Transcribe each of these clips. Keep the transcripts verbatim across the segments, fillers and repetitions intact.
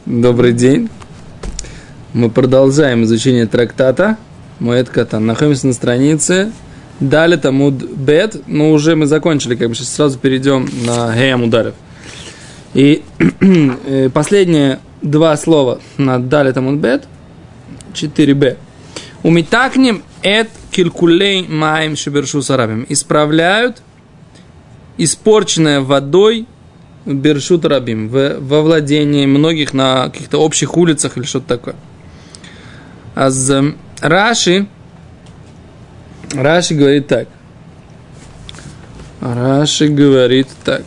Добрый день. Мы продолжаем изучение трактата Моэд Катан. Находимся на странице Далет Амуд Бет, но уже мы закончили, как бы сейчас сразу перейдем на Гей Амуд Алеф. И последние два слова на Далет Амуд Бет, четыре бэ. Умитакнем эт килькулей маем шебершу сарабим. Исправляют испорченное водой Бершут Рабим, во владении многих на каких-то общих улицах или что-то такое. А с Раши, Раши говорит так. Раши говорит так.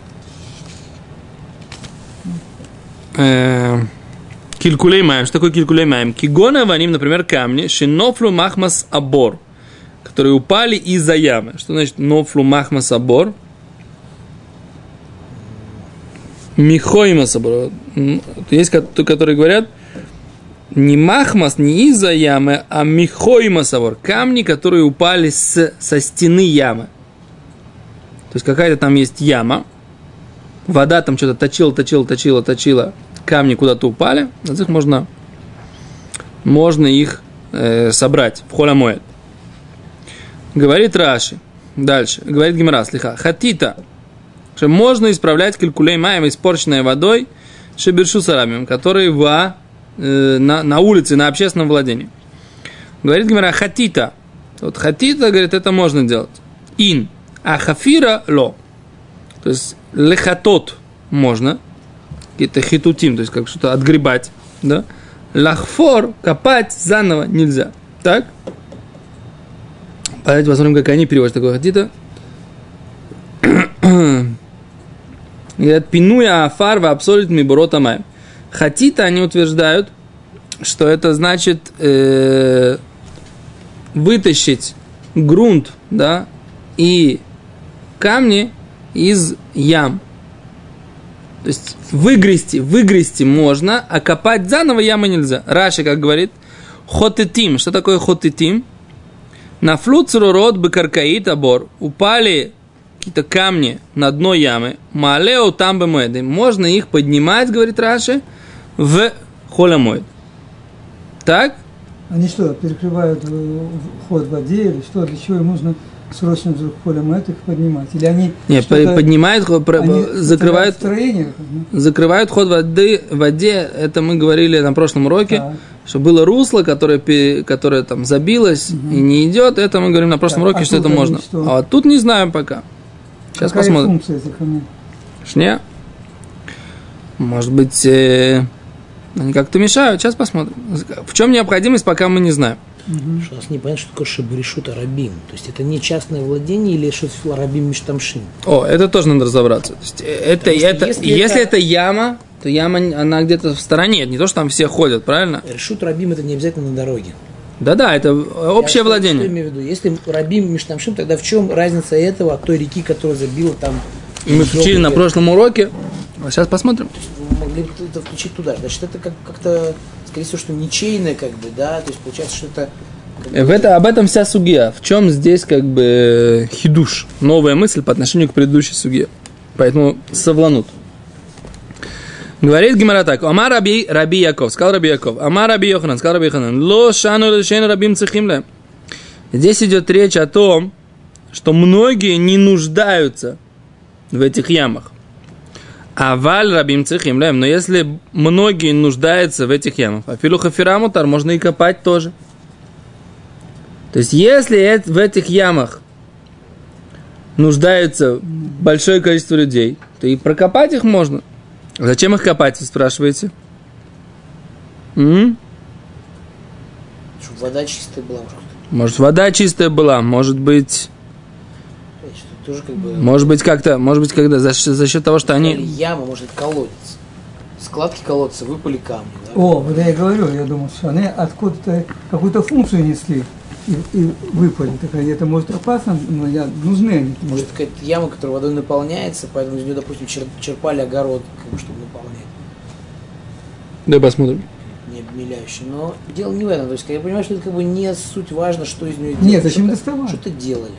Килькулей маем. Что такое килькулей маем? Кигона ваним, например, камни. Шинофлу махмас абор, которые упали из-за ямы. Что значит нофлу махмас абор? Михойма собор. Есть, которые говорят, не махмас, не из-за ямы, а михойма собор. Камни, которые упали с, со стены ямы. То есть какая-то там есть яма. Вода там что-то точила, точила, точила, точила. Камни куда-то упали. От них можно, можно их э, собрать в Холь ха-Моэд. Говорит Раши. Дальше. Говорит Гемара, слиха. Хатита. Что можно исправлять килькулей маем, испорченной водой, шебершу сарабим, которые в, э, на, на улице, на общественном владении. Говорит Гемара, хатита. Вот хатита, говорит, это можно делать. Ин. А хафира ло. То есть лехатот можно. Какие-то хитутим, то есть как что-то отгребать. Да? Лахфор, копать заново нельзя. Так? Давайте посмотрим, как они переводят такое хатита. Говорят, пинуя афар в абсолютными буротамай. Хатита, они утверждают, что это значит э, вытащить грунт, да, и камни из ям. То есть выгрести, выгрести можно, а копать заново ямы нельзя. Раши, как говорит, хотетим. Что такое хотетим? На флуцерурод бекаркаит абор. Упали какие-то камни на дно ямы, маалео там бы моэды, можно их поднимать, говорит Раши, в Холь ха-Моэд. Так? Они что, перекрывают вход в воде или что? Для чего им нужно срочно в Холь ха-Моэд их поднимать? Или они Нет, поднимают, они закрывают, закрывают ход воды в воде, это мы говорили на прошлом уроке, так. Что было русло, которое, которое там забилось угу. и не идет, это мы говорим на прошлом так, уроке, а что это можно. Что? А тут не знаем пока. Сейчас какая посмотрим. Функция этих камней? Шня. Может быть, э, они как-то мешают. Сейчас посмотрим. В чем необходимость, пока мы не знаем. Угу. Что у нас непонятно, что такое шеберишут рабим. То есть это не частное владение или что-то рабим миштамшим. О, это тоже надо разобраться. То есть, это, это, если, если это... это яма, то яма, она где-то в стороне. Не то, что там все ходят, правильно? Решут рабим это не обязательно на дороге. Да-да, это общее я владение. Что, что имею в виду? Если рабим миштамшим, тогда в чем разница этого от той реки, которая забила там? Мы учили на прошлом уроке. А сейчас посмотрим. Вы могли бы это включить туда. Значит, это как- как-то, скорее всего, что ничейное, как бы, да? То есть получается, что это. В это, об этом вся сугия. В чем здесь как бы хидуш, новая мысль по отношению к предыдущей сугии. Поэтому совланут. Говорит Гемара так. Амар Раби, Раби Яков, сказал Раби Яков. Амар Раби Йоханан, сказал Раби Йоханан. Ло шану лешен рабим цехимле. Здесь идет речь о том, что многие не нуждаются в этих ямах. Аваль рабим цехимле. Но если многие нуждаются в этих ямах, афилу хафирамутар, можно и копать тоже. То есть, если в этих ямах нуждается большое количество людей, то и прокопать их можно. Зачем их копать, вы спрашиваете? М-м? Чтобы вода чистая была. Может, вода чистая была, может быть... Тоже как бы... Может быть, как-то, может быть, когда за, за счет того, что они... Яма, может, колодец. Складки колодца, выпали камни. Да? О, вот я и говорю, я думал, что они откуда-то какую-то функцию несли и, и выпали. Так, это может опасно, но я, нужны они. Может, какая-то яма, которая водой наполняется, поэтому из нее, допустим, черпали огород, как бы, чтобы наполнять. Давай посмотрим. Не обмеляющий. Но дело не в этом. То есть, я понимаю, что это как бы не суть важно, что из нее делать. Нет, зачем доставать? Что-то делали.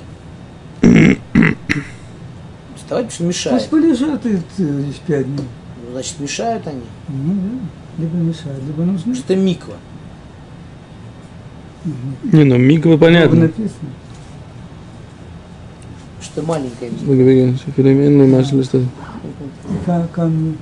Доставать, потому что мешает. Пусть полежат и пять дней. Ну, значит, мешают они. Ну, да. Либо мешает, либо нужно. Что это миква. Не, ну миква понятно. Написано. Что маленькая миква. Камни.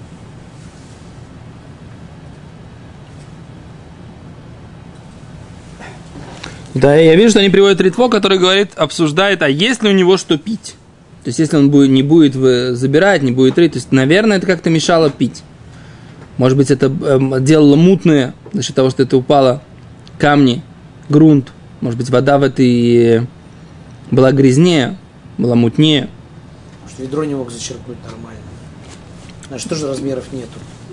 Да, я вижу, что они приводят Ритво, который говорит, обсуждает, а есть ли у него что пить? То есть, если он будет, не будет забирать, не будет рыть, то есть, наверное, это как-то мешало пить. Может быть, это э, делало мутное, за счет того, что это упало камни, грунт. Может быть, вода в этой была грязнее, была мутнее. Что ведро не мог зачерпнуть нормально. Значит, тоже размеров нету.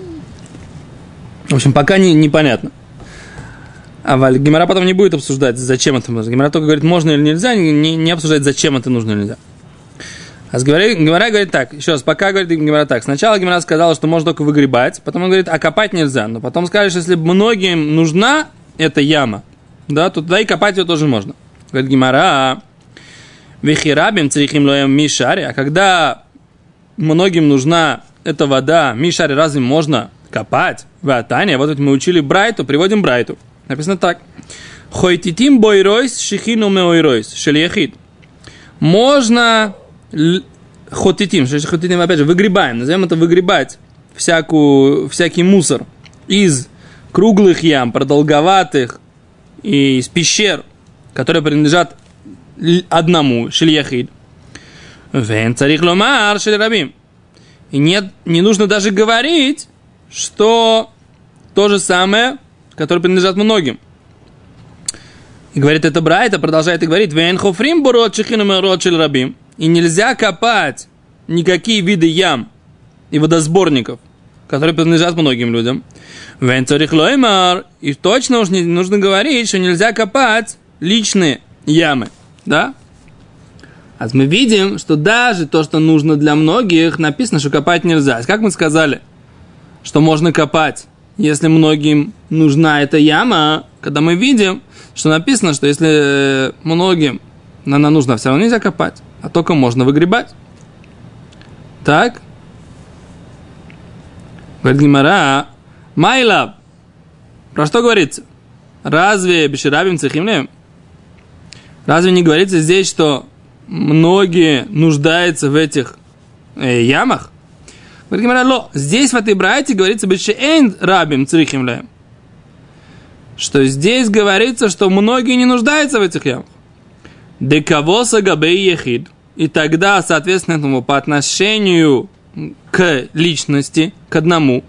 В общем, пока не, непонятно. А Гемара потом не будет обсуждать, зачем это нужно. Гемара только говорит, можно или нельзя, не, не обсуждает, зачем это нужно или нельзя. А Гемара говорит так, еще раз, пока говорит Гемара так. Сначала Гемара сказала, что можно только выгребать, потом он говорит, а копать нельзя. Но потом скажешь, если многим нужна эта яма, да, то тогда и копать ее тоже можно. Говорит Гемара, вихирабим црихим лоем мишари, а когда многим нужна эта вода, мишари, разве можно копать? Ватания, вот мы учили брайту, приводим брайту. Написано так. Хойтитим бойройс шихину меойройс шельяхид. Можно хотитим, хотитим, опять же, выгребаем, назовем это выгребать всякую, всякий мусор из круглых ям, продолговатых и из пещер, которые принадлежат одному, шельяхид. Вен царих ломар шельрабим. И нет, не нужно даже говорить, что то же самое, которые принадлежат многим. И говорит это Брайта, продолжает и говорит, «Вен хофрим борот шехину мерот шель рабим». И нельзя копать никакие виды ям и водосборников, которые принадлежат многим людям. «Вен цорих лоймар». И точно уж не нужно говорить, что нельзя копать личные ямы. Да? А мы видим, что даже то, что нужно для многих, написано, что копать нельзя. Как мы сказали, что можно копать, если многим нужна эта яма, когда мы видим, что написано, что если многим она нужна, все равно нельзя копать, а только можно выгребать. Так? Говорит Гемара, Майлаб. Про что говорится? Разве беширабим цехимлем? Разве не говорится здесь, что многие нуждаются в этих э, ямах? Говорит Гемара, ло. Здесь в этой брайте говорится бешеэйн рабим цехимлем. Что здесь говорится, что многие не нуждаются в этих ямах. Декавоса габей ехид. И тогда, соответственно, этому по отношению к личности, к одному,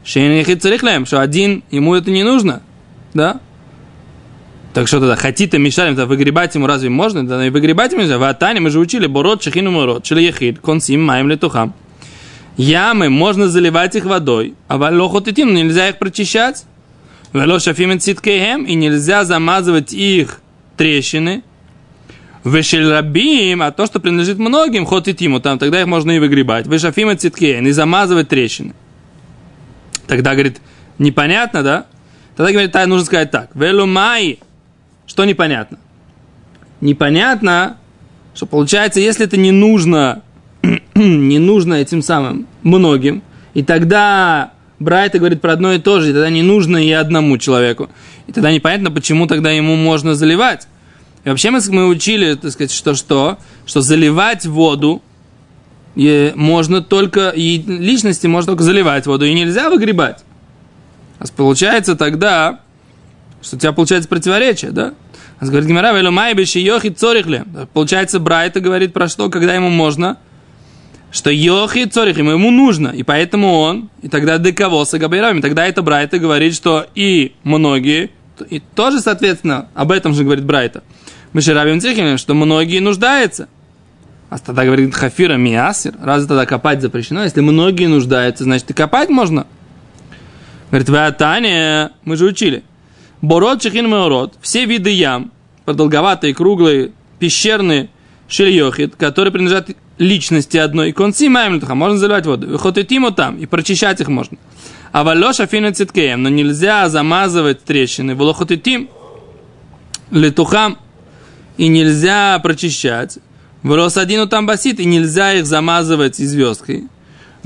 что один, ему это не нужно. Да? Так что тогда, хотите мешать, то выгребать ему разве можно? Да и выгребать ему нельзя. В Атане мы же учили, борот, шехину морот, шели ехид, консим, маем летухам. Ямы, можно заливать их водой, а валохотитим, нельзя их прочищать. Велошафимет ситкейхем, и нельзя замазывать их трещины. Вешельрабим, а то, что принадлежит многим, хотитиму, там, тогда их можно и выгребать. Вешафимет ситкейхем, и замазывать трещины. Тогда, говорит, непонятно, да? Тогда, говорит, так, нужно сказать так. Велумай, что непонятно? Непонятно, что получается, если это не нужно, не нужно этим самым многим, и тогда Брайта говорит про одно и то же, и тогда не нужно и одному человеку. И тогда непонятно, почему тогда ему можно заливать. И вообще мы, мы учили, так сказать, что что? Что заливать воду и можно только, и личности можно только заливать воду, и нельзя выгребать. А получается тогда, что у тебя получается противоречие, да? А говорит Гемара, велумай беши йохи цорихле. Получается, Брайта говорит про что, когда ему можно? Что йохи цорих, ему, ему нужно, и поэтому он, и тогда декавоса габейрами, тогда это Брайта говорит, что и многие, и тоже, соответственно, об этом же говорит Брайта, мы же рабим цехим, что многие нуждаются. А тогда говорит хафира миасир, разве тогда копать запрещено? Если многие нуждаются, значит и копать можно. Говорит, вы Атане, мы же учили, борот шехин меорот, все виды ям, продолговатые, круглые, пещерные, шельёхит, которые принадлежат личности одной, конси маймлитуха, можно заливать воду, выходитимо там, и прочищать их можно. А валоша фина циткеем, но нельзя замазывать трещины, волохотитим летухам, и нельзя прочищать, волосадину там басит, и нельзя их замазывать звездкой.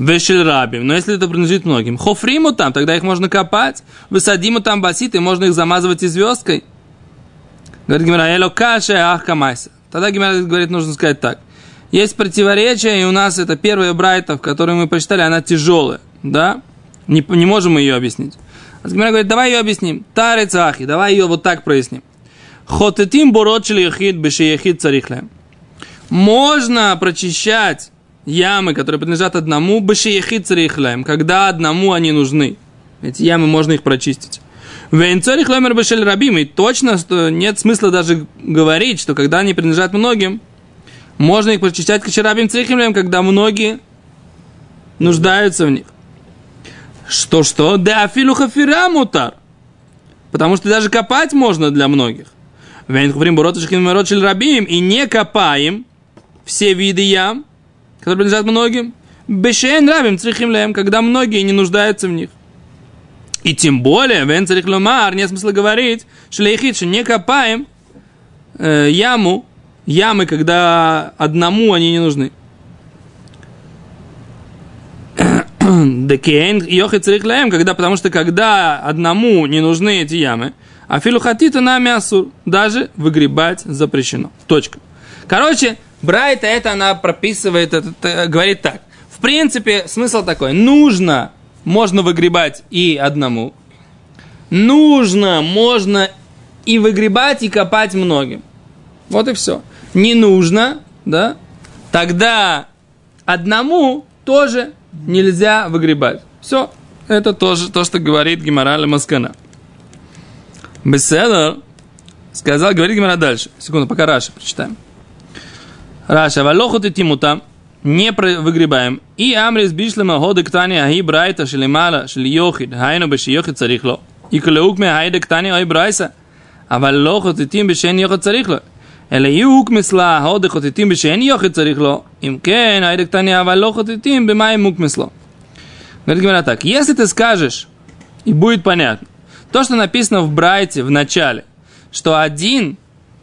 Вешель рабим. Но если это принадлежит многим. Хофриму там, тогда их можно копать. Высадиму там басит, и можно их замазывать и звездкой. Говорит Гемара, эло каша ах камайса. Тогда Гемара говорит, нужно сказать так. Есть противоречие, и у нас это первая брайта, в которой мы прочитали, она тяжелая. Да? Не, не можем мы ее объяснить. А Гемара говорит, давай ее объясним. Тарец ахи, давай ее вот так проясним. Хотетим борочили яхид беши яхид царихлем. Можно прочищать ямы, которые принадлежат одному, беши яхид царихлем, когда одному они нужны. Эти ямы можно их прочистить. Вейн царихлем бешель рабим. И точно, что нет смысла даже говорить, что когда они принадлежат многим, можно их прочищать кашерабим царихлем, когда многие нуждаются в них. Что-что? Да афилу хафира мутар. Потому что даже копать можно для многих. И не копаем все виды ям, которые принадлежат многим, бешен рабим црихим, когда многие не нуждаются в них. И тем более, вен црих ломар, нет смысла говорить, шлейхит, что не копаем э, яму, ямы, когда одному они не нужны. Декейн йохит црих лаем, когда, потому что когда одному не нужны эти ямы, а филухатита на мясу даже выгребать запрещено. Точка. Короче, Брайта это она прописывает, это, это, говорит так. В принципе, смысл такой. Нужно, можно выгребать и одному. Нужно, можно и выгребать, и копать многим. Вот и все. Не нужно, да? Тогда одному тоже нельзя выгребать. Все. Это тоже то, что говорит Гемара ле-Маскана. Беседа сказал, говорит Гемара дальше. Секунду, пока Раши прочитаем. Раша, валохот и тимута, не выгребаем. И амрис бишлема ходы ктани аги брайта шелемала шельёхид, хайну беши йохид царихло. И клеукме хайда ктани ой брайса, а валохот и тим бешен йохид царихло. Эле юк мисла ходы хот и тим бешен йохид царихло. Им кен хайда ктани а валохот и тим бемай мук мисло. Говорит Гемара так, если ты скажешь, и будет понятно, то, что написано в Брайте в начале, что один,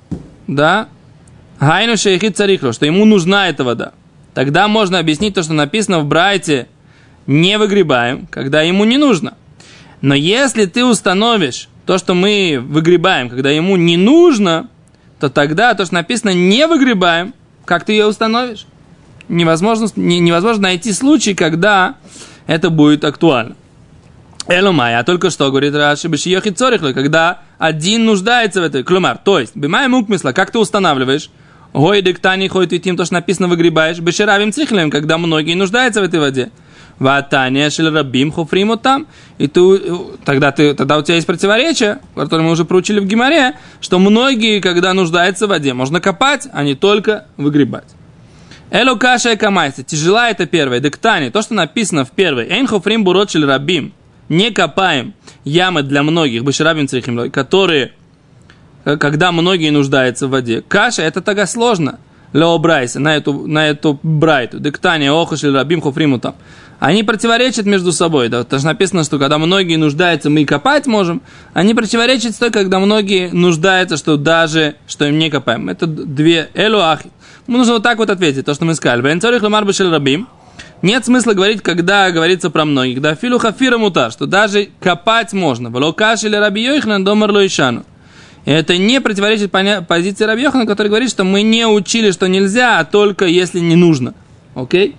да, гайну шейхит царихло, что ему нужна эта вода, тогда можно объяснить то, что написано в Брайте, не выгребаем, когда ему не нужно. Но если ты установишь то, что мы выгребаем, когда ему не нужно, то тогда то, что написано не выгребаем, как ты ее установишь? Невозможно, не, невозможно найти случай, когда это будет актуально. Эломай, а только что, говорит Раши, бешиёхи цорихло, когда один нуждается в этой, клюмар, то есть, бимай мукмисла, как ты устанавливаешь, гой диктани ходит и тем, то, что написано, выгребаешь, беширавим цихлем, когда многие нуждаются в этой воде, ватания шель рабим хофриму там, и ты, тогда, ты, тогда у тебя есть противоречие, которое мы уже проучили в Гемаре, что многие, когда нуждаются в воде, можно копать, а не только выгребать. Эло каша и камайса, тяжела это первое, диктани, то, что написано в первой, эйн хофрим бурот шель рабим, не копаем ямы для многих, беширабим црихим, которые, когда многие нуждаются в воде. Каша, это тогда сложно. Лео брайса, на эту, на эту брайту. Дектания, охушли, рабим, хофриму там. Они противоречат между собой. Да? Потому что написано, что когда многие нуждаются, мы и копать можем. Они противоречат с той, когда многие нуждаются, что даже, что им не копаем. Это две элуахи. Нужно вот так вот ответить, то, что мы сказали. Венцорих ламар бешель рабим. Нет смысла говорить, когда говорится про многих. Да, филу хафира мута, что даже копать можно. Волокаш или раби Йоханан домар лоишану. И это не противоречит поня- позиции раби Йоханана, который говорит, что мы не учили, что нельзя, а только если не нужно. Окей?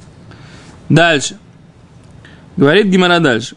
Дальше. Говорит Гемара дальше.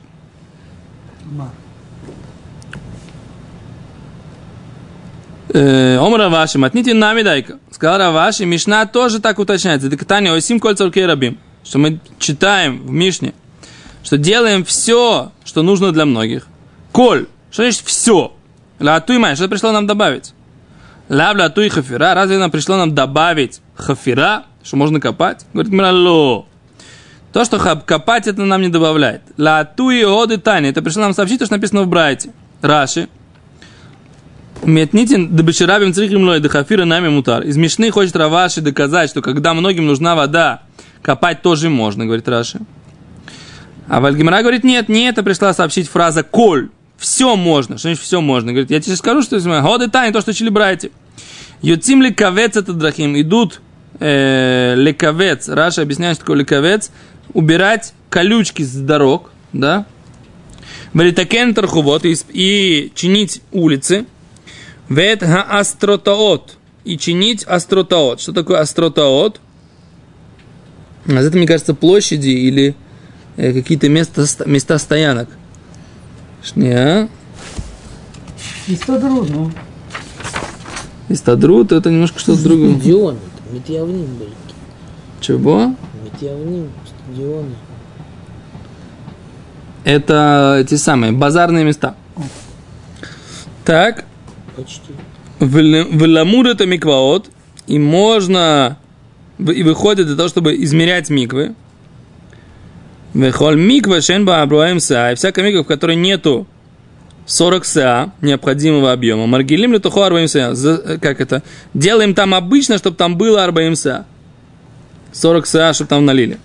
Ом Раваши, матните нами дайка. Сказал Раваши, Мишна тоже так уточняется. Декатание осим кольцор кей рабим. Что мы читаем в Мишне, что делаем все, что нужно для многих. Коль, что значит все? Ла туй май, что пришло нам добавить? Ла ла туй хафира, разве нам пришло нам добавить хафира, что можно копать? Говорит Миралло. То, что копать, это нам не добавляет. Ла туй оды тайны, это пришло нам сообщить, то, что написано в Брайте. Раши. Метнитин дебеширабим црихим лой дехафира нами мутар. Из Мишны хочет Раваши доказать, что когда многим нужна вода, копать тоже можно, говорит Раши. А Вальгемара говорит, нет, не это пришла сообщить фраза «коль». Все можно. Что значит все можно? Говорит, я тебе скажу, что это годы тайны, то, что учили братья. Юцим лекавец это драхим. Идут э, лекавец. Раша объясняет, что такое лекавец. убирать колючки с дорог, да, валитакен тархувот, и чинить улицы, вет ха-астротаот, и чинить астротаот. Что такое астротаот? Это, мне кажется, площади или э, какие-то места, места стоянок. Шня. Истадрут, ну. Истадрут, это немножко что-то другое. Стадионы, метеовним были. Чего? Метеовним, стадионы. Это эти самые базарные места. Так. Почти. В ламур это микваот, и можно, и выходит для того, чтобы измерять миквы. Вехоль миква шенба абруаем са, и всякая миква, в которой нету сорок са необходимого объема. Маргилим летухо арбаим са, как это? Делаем там обычно, чтобы там было арбаим са. сорок са, чтобы там налили.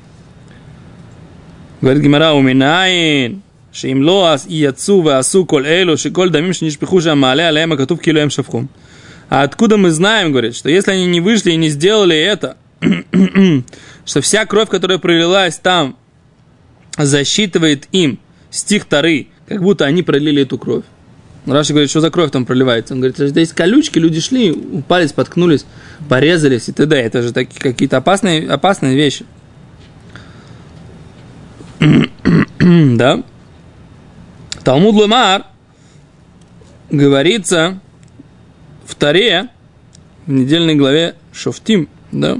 Говорит Гемара, уминаин. שאם לא יצאו ועשו כל אלו, שכל דמים שנשפכו שם מעלה עליהם, הכתוב כאילו הם שפכו. А откуда мы знаем, говорит, что если они не вышли и не сделали это, что вся кровь, которая пролилась там, засчитывает им стих Торы, как будто они пролили эту кровь. Раши говорит, что за кровь там проливается? Он говорит, что здесь колючки, люди шли, упали, споткнулись, порезались и т.д. Это же такие какие-то опасные, опасные вещи. Да? Талмуд Лемар говорится в Торе, в недельной главе Шофтим, да?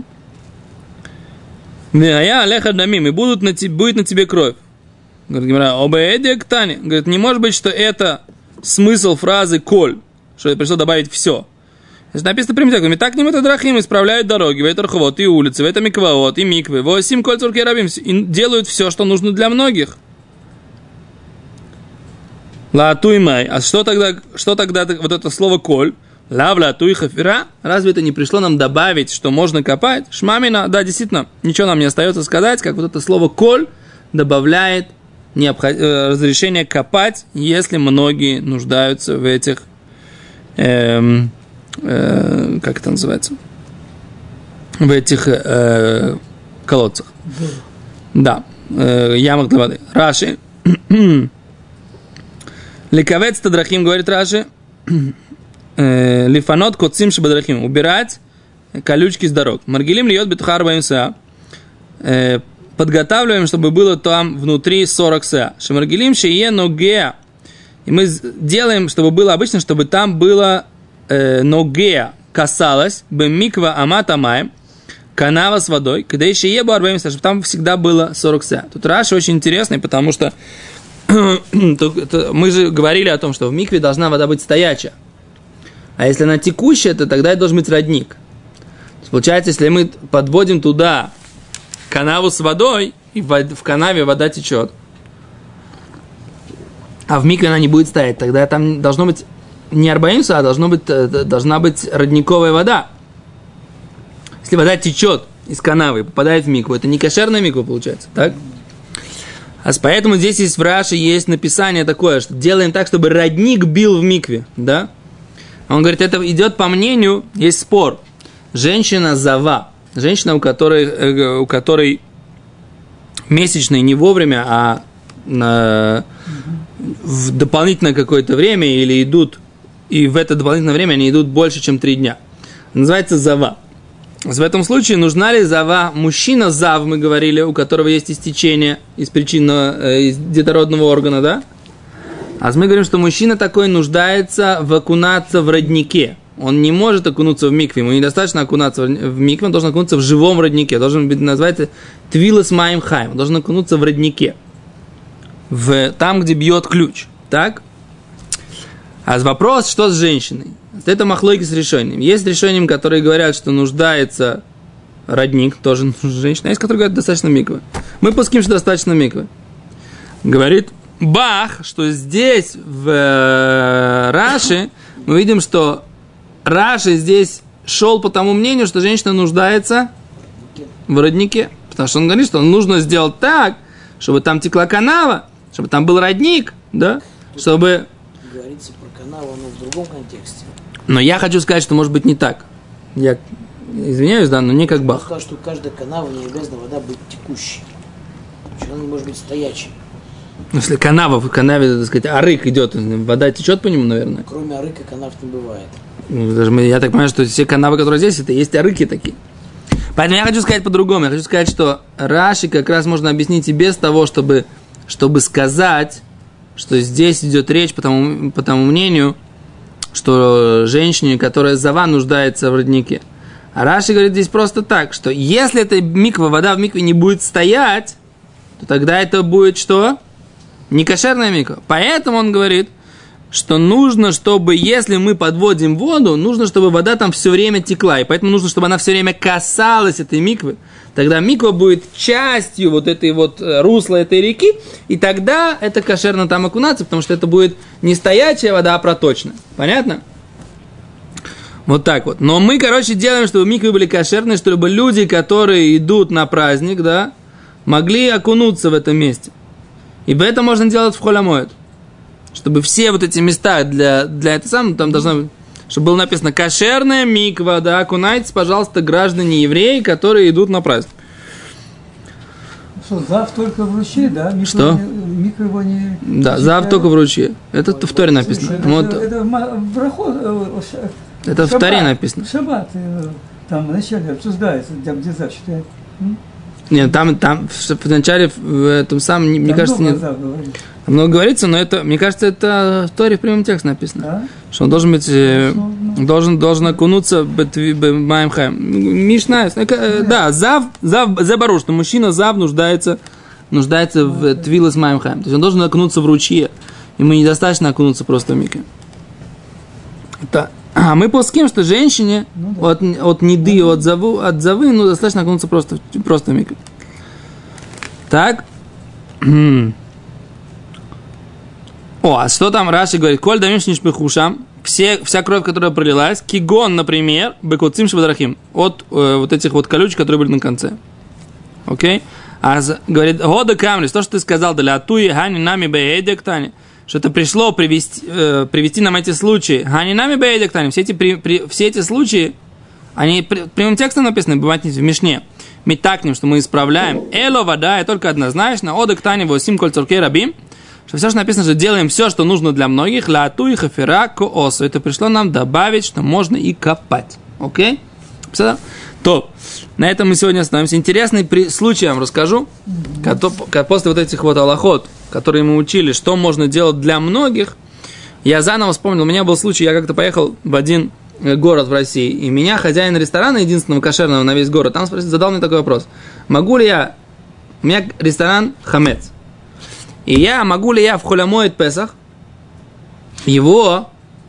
Веая алеха дамим, и будут на тебе, будет на тебе кровь. Говорит Гемара, обеэдия ктани. Говорит, не может быть, что это смысл фразы коль, что пришло добавить все. Значит, написано прямым так ним это драхим, исправляют дороги, в это рховот, и улицы, в это микваот, и миквы, восемь коль цурки рабим, и делают все, что нужно для многих. Латуймай. А что тогда, что тогда вот это слово коль? Лав латуй хафира. Разве это не пришло нам добавить, что можно копать? Шмамина, да, действительно, ничего нам не остается сказать, как вот это слово коль добавляет необход... разрешение копать, если многие нуждаются в этих, эм, э, как это называется, в этих э, колодцах. Да, э, ямах для воды. Раши. Ликавец тадрахим, говорит Раши, лифанот коцим шабадрахим, убирать колючки с дорог. Маргилим льет бетухар баимса, подготавливаем, чтобы было там внутри сорок са. Шамаргилим шее ногеа, и мы делаем, чтобы было обычно, чтобы там было э, ногеа, касалось, бы миква аматамаем, канава с водой, когда еще ебу арбаимса, чтобы там всегда было сорок са. Тут Раши очень интересный, потому что мы же говорили о том, что в микве должна вода быть стоячая. А если она текущая, то тогда это должен быть родник. То есть, получается, если мы подводим туда канаву с водой, и в канаве вода течет, а в микве она не будет стоять, тогда там должно быть не арбаимса, а должно быть, должна быть родниковая вода. Если вода течет из канавы и попадает в микву, это не кошерная миква получается, так? А поэтому здесь есть в Раши есть написание такое, что делаем так, чтобы родник бил в микве, да? Он говорит, это идет по мнению, есть спор. Женщина зава, женщина, у которой, у которой месячные не вовремя, а на, в дополнительное какое-то время, или идут, и в это дополнительное время они идут больше, чем три дня. Называется зава. В этом случае нужна ли зава? Мужчина зав, мы говорили, у которого есть истечение из причинного, из детородного органа, да? А мы говорим, что мужчина такой нуждается в окунаться в роднике. Он не может окунуться в микве, ему недостаточно окунаться в микве, он должен окунуться в живом роднике. Должен быть, называется твилас маим хайм. Он должен окунуться в роднике. В, там, где бьет ключ. Так? А вопрос, что с женщиной? Это махлойки с решением. Есть решением, которые говорят, что нуждается родник, тоже женщина. Есть, которые говорят, достаточно миквы. Мы пуским, что достаточно миквы. Говорит Бах, что здесь в э, Раши мы видим, что Раши здесь шел по тому мнению, что женщина нуждается в роднике. Потому что он говорит, что нужно сделать так, чтобы там текла канава, чтобы там был родник, да, чтобы... Говорится про канаву, но в другом контексте. Но я хочу сказать, что может быть не так. Я извиняюсь, да, но не как Бах. Он сказал, что каждая канава не обязана вода быть текущей. Почему он не может быть стоячий? Ну, если канава, в канаве, так сказать, арык идет, вода течет по нему, наверное. Кроме арыка канав не бывает. Ну, даже мы, я так понимаю, что все канавы, которые здесь, это есть арыки такие. Поэтому я хочу сказать по-другому. Я хочу сказать, что Раши как раз можно объяснить и без того, чтобы, чтобы сказать, что здесь идет речь, по тому, по тому мнению, что женщине, которая зава, нуждается в роднике. А Раши говорит здесь просто так, что если эта миква, вода в микве не будет стоять, то тогда это будет что? Не кошерная миква. Поэтому он говорит, что нужно, чтобы, если мы подводим воду, нужно, чтобы вода там все время текла. И поэтому нужно, чтобы она все время касалась этой миквы. Тогда миква будет частью вот этой вот русла этой реки, и тогда это кошерно там окунаться, потому что это будет не стоячая вода, а проточная. Понятно? Вот так вот. Но мы, короче, делаем, чтобы миквы были кошерные, чтобы люди, которые идут на праздник, да, могли окунуться в этом месте. И это можно делать в холь-амоэд. Чтобы все вот эти места для, для этого самого, там должно быть, чтобы было написано кошерная миква, да, окунайтесь, пожалуйста, граждане евреи, которые идут на праздник. Что, зав только в ручье, да? Миква Что? Не, миква его не... Да, зав только в ручье. Это в Торе написано. Это, Вот. это, это в брахот, Это в Торе написано. Шаббат, там вначале обсуждается, где зав считает. Нет, там, там в, в начале, в этом самом, мне там кажется, нет. Много говорится, но это, мне кажется, это в Торе в прямом тексте написано. Да? Что он должен быть, э, должен, должен окунуться в Маим Хаим. Мишна, э, да, зав, зав, забору, что мужчина зав нуждается, нуждается в твилас Маим Хаим. То есть он должен окунуться в ручье. Ему недостаточно окунуться просто в микве. А мы плоским, что женщине ну, да. от, от неды, от завы, от завы, ну, достаточно окунуться просто, просто в микве. Так. О, а что там Раши говорит? Коль дамиш нишпехушам, все, вся кровь, которая пролилась, кигон, например, бекуцим швадрахим, от э, вот этих вот колючек, которые были на конце. Окей? Okay? А говорит, года камрис, то, что ты сказал, для атуи хани нами беэдек тани, что это пришло привести, э, привести нам эти случаи. Хани нами беэдек тани, все эти, при, при, все эти случаи, они при, прямым текстом написаны, бывает в Мишне. Мы такнем, что мы исправляем. Эло вода, и только однозначно, одек тани восим коль цоркей рабим, что все, что написано, что делаем все, что нужно для многих, ла ату и хафера коосу. Это пришло нам добавить, что можно и копать. Окей? Okay? То, на этом мы сегодня остановимся. Интересный при... случай я вам расскажу. Mm-hmm. После вот этих вот алахот, которые мы учили, что можно делать для многих, я заново вспомнил, у меня был случай, я как-то поехал в один город в России, и меня хозяин ресторана, единственного кошерного на весь город, там спросил, задал мне такой вопрос. Могу ли я... У меня ресторан хамец. И я, могу ли я в холь-амоэд Песах его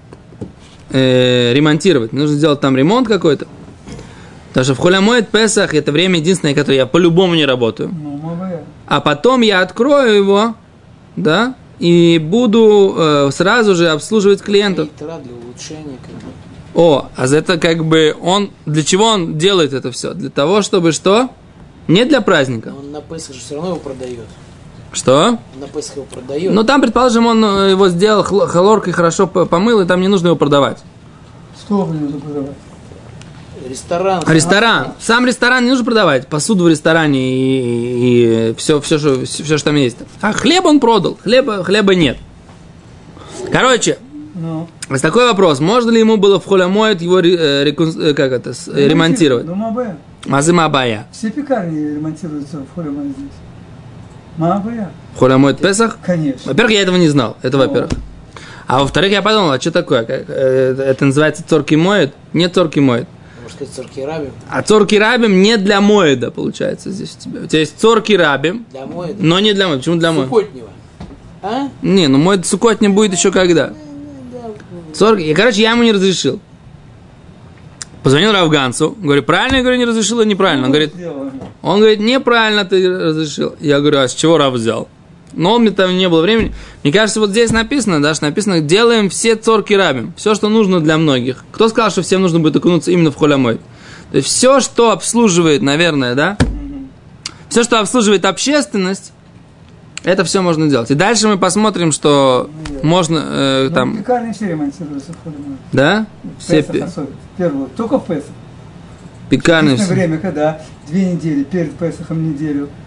э, ремонтировать? Мне нужно сделать там ремонт какой-то. Потому что в холь-амоэд Песах это время единственное, которое я по-любому не работаю. А потом я открою его, да, и буду э, сразу же обслуживать клиентов. Для улучшения, как бы. О, а это как бы он... Для чего он делает это все? Для того, чтобы что? Не для праздника. Он на Песах же все равно его продает. Что? На Песах его продает. Ну, там, предположим, он его сделал хлоркой, хорошо помыл, и там не нужно его продавать. Что не нужно продавать? Ресторан. Ресторан. Сам ресторан не нужно продавать. Посуду в ресторане и, и все, все, что, все, что там есть. А хлеб он продал. Хлеба, хлеба нет. Короче, ну. Такой вопрос. Можно ли ему было в холь-амоэд его э, рекон... как это, ну, ремонтировать? Ну, мабая. Мазыма абая. Все пекарни ремонтируются в холь-амоэд здесь. Мабая. Холь-амоэд Песах? Конечно. Во-первых, я этого не знал. Это О. во-первых. А во-вторых, я подумал, а что такое? Это называется цорки моет? Нет цорки моет. Можно сказать цорки рабим. А цорки рабим не для моеда, получается, здесь у тебя. У тебя есть цорки рабим. Для моеда. Но не для моеда. Почему для моеда? Сукотнего. А? Не, ну моед сукот не будет еще когда. Цорки. И, короче, я ему не разрешил. Позвонил Равгансу, говорю, правильно я говорю, не разрешил или неправильно? Он говорит, он говорит, неправильно ты разрешил. Я говорю, а с чего Рав взял? Но он мне там не было времени. Мне кажется, вот здесь написано, да, что написано, делаем все цорки рабим. Все, что нужно для многих. Кто сказал, что всем нужно будет окунуться именно в холь-амоэд? То есть все, что обслуживает, наверное, да, все, что обслуживает общественность, это все можно делать. И дальше мы посмотрим, что Нет. можно э, ну, там... Пекарни все ремонтируются в холь-амоэд. Да? Все Песах особенно. Первую. Только в Песах. Пекарни все. время, когда две недели перед Песахом неделю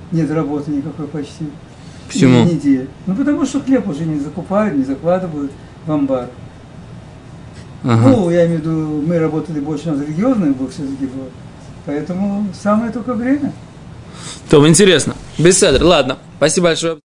нет работы никакой почти. Почему? Ни недель. Ну, потому что хлеб уже не закупают, не закладывают в амбар. Ага. Ну, я имею в виду, мы работали больше, у нас религиозный был все-таки был. Поэтому самое только время. То интересно. Беседер, ладно. Спасибо большое.